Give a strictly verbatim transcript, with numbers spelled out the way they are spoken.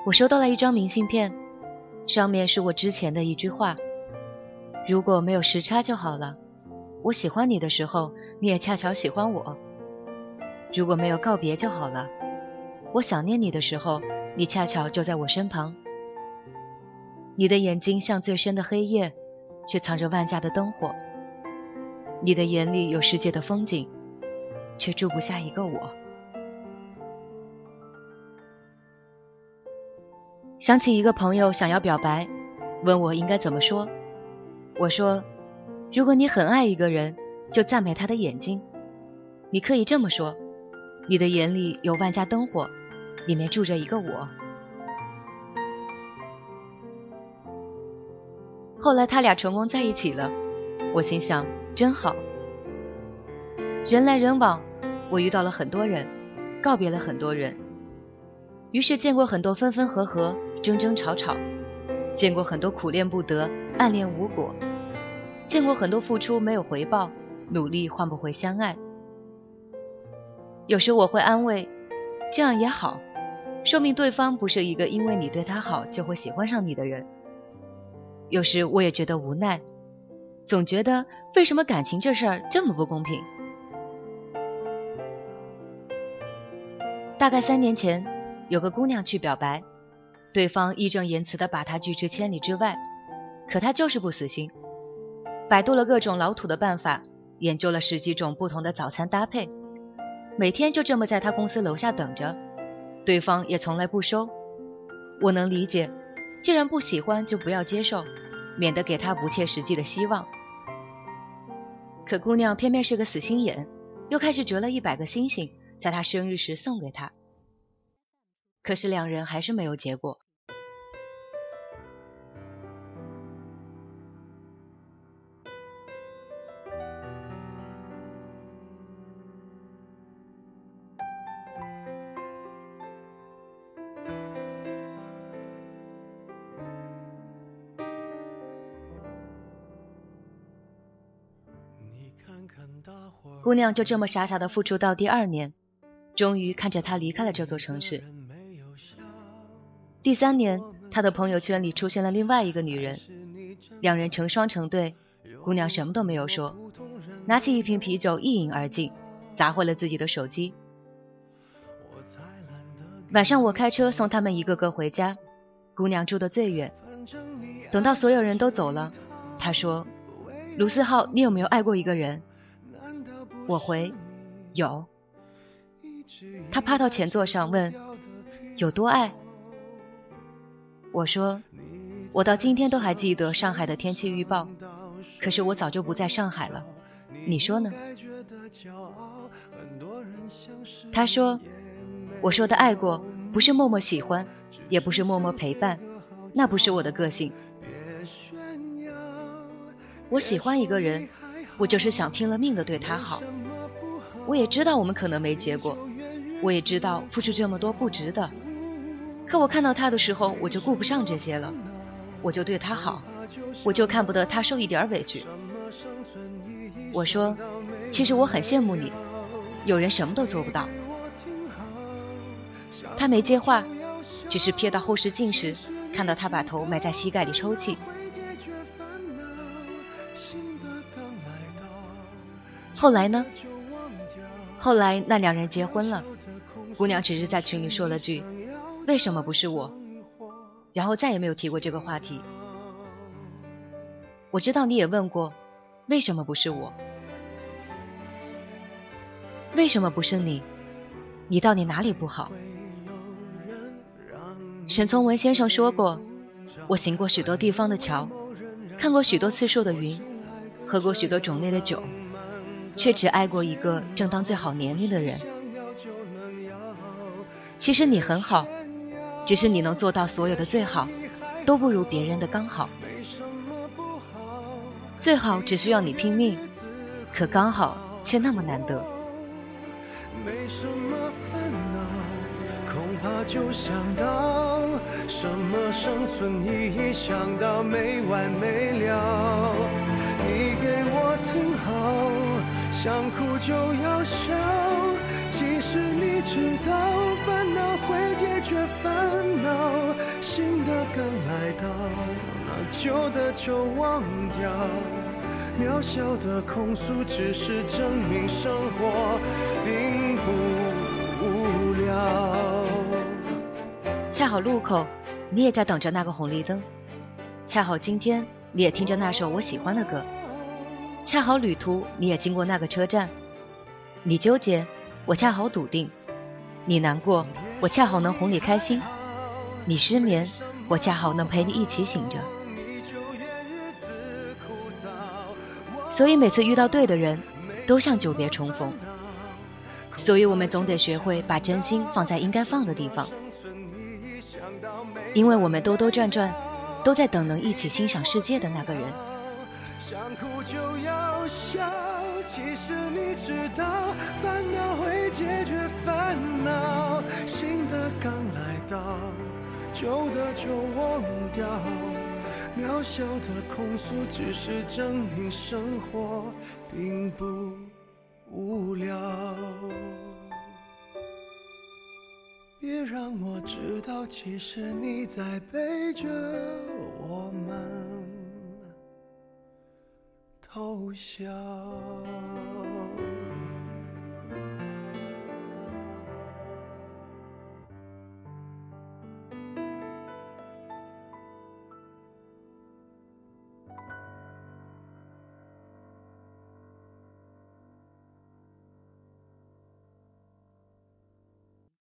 我收到了一张明信片，上面是我之前的一句话：如果没有时差就好了，我喜欢你的时候，你也恰巧喜欢我。如果没有告别就好了，我想念你的时候，你恰巧就在我身旁。你的眼睛像最深的黑夜，却藏着万家的灯火。你的眼里有世界的风景，却住不下一个我。想起一个朋友想要表白，问我应该怎么说。我说，如果你很爱一个人，就赞美他的眼睛。你可以这么说，你的眼里有万家灯火，里面住着一个我。后来他俩成功在一起了，我心想真好。人来人往，我遇到了很多人，告别了很多人，于是见过很多分分合合，争争吵吵，见过很多苦恋不得，暗恋无果，见过很多付出没有回报，努力换不回相爱。有时我会安慰，这样也好，说明对方不是一个因为你对他好就会喜欢上你的人。有时我也觉得无奈，总觉得为什么感情这事儿这么不公平。大概三年前，有个姑娘去表白，对方义正言辞地把她拒之千里之外，可她就是不死心，百度了各种老土的办法，研究了十几种不同的早餐搭配，每天就这么在她公司楼下等着，对方也从来不收。我能理解，既然不喜欢就不要接受，免得给她不切实际的希望。可姑娘偏偏是个死心眼，又开始折了一百个星星，在她生日时送给她。可是两人还是没有结果。姑娘就这么傻傻的付出到第二年，终于看着他离开了这座城市。第三年，他的朋友圈里出现了另外一个女人，两人成双成对，姑娘什么都没有说，拿起一瓶啤酒一饮而尽，砸坏了自己的手机。晚上我开车送他们一个个回家，姑娘住得最远。等到所有人都走了，她说，卢思浩，你有没有爱过一个人？我回，有。她趴到前座上问，有多爱？我说，我到今天都还记得上海的天气预报，可是我早就不在上海了，你说呢？他说，我说的爱过，不是默默喜欢，也不是默默陪伴，那不是我的个性。我喜欢一个人，我就是想拼了命的对他好。我也知道我们可能没结果，我也知道付出这么多不值得，可我看到他的时候，我就顾不上这些了，我就对他好，我就看不得他受一点委屈。我说，其实我很羡慕你，有人什么都做不到。他没接话，只是瞥到后视镜时，看到他把头埋在膝盖里抽泣。后来呢？后来那两人结婚了，姑娘只是在群里说了句，为什么不是我？然后再也没有提过这个话题。我知道你也问过，为什么不是我？为什么不是你？你到底哪里不好？沈从文先生说过，我行过许多地方的桥，看过许多次数的云，喝过许多种类的酒，却只爱过一个正当最好年龄的人。其实你很好，只是你能做到所有的最好都不如别人的刚好。最好只需要你拼命，可刚好却那么难得。 没什么烦恼，恐怕就想到什么生存意义，想到没完没了。你给我听好，想哭就要笑，即实你知道，烦恼会解决烦恼，新的刚来到，那旧的就忘掉。渺小的控诉只是证明生活并不无聊。 恰好路口你也在等着那个红绿灯，恰好今天你也听着那首我喜欢的歌，恰好旅途你也经过那个车站。你纠结，我恰好笃定；你难过，我恰好能哄你开心；你失眠，我恰好能陪你一起醒着。所以每次遇到对的人，都像久别重逢。所以我们总得学会把真心放在应该放的地方，因为我们兜兜转转，都在等能一起欣赏世界的那个人。 想哭就要笑，其实你知道，烦恼会解决烦恼，新的刚来到，旧的就忘掉。渺小的控诉只是证明生活并不无聊。别让我知道，其实你在背着我们偷笑。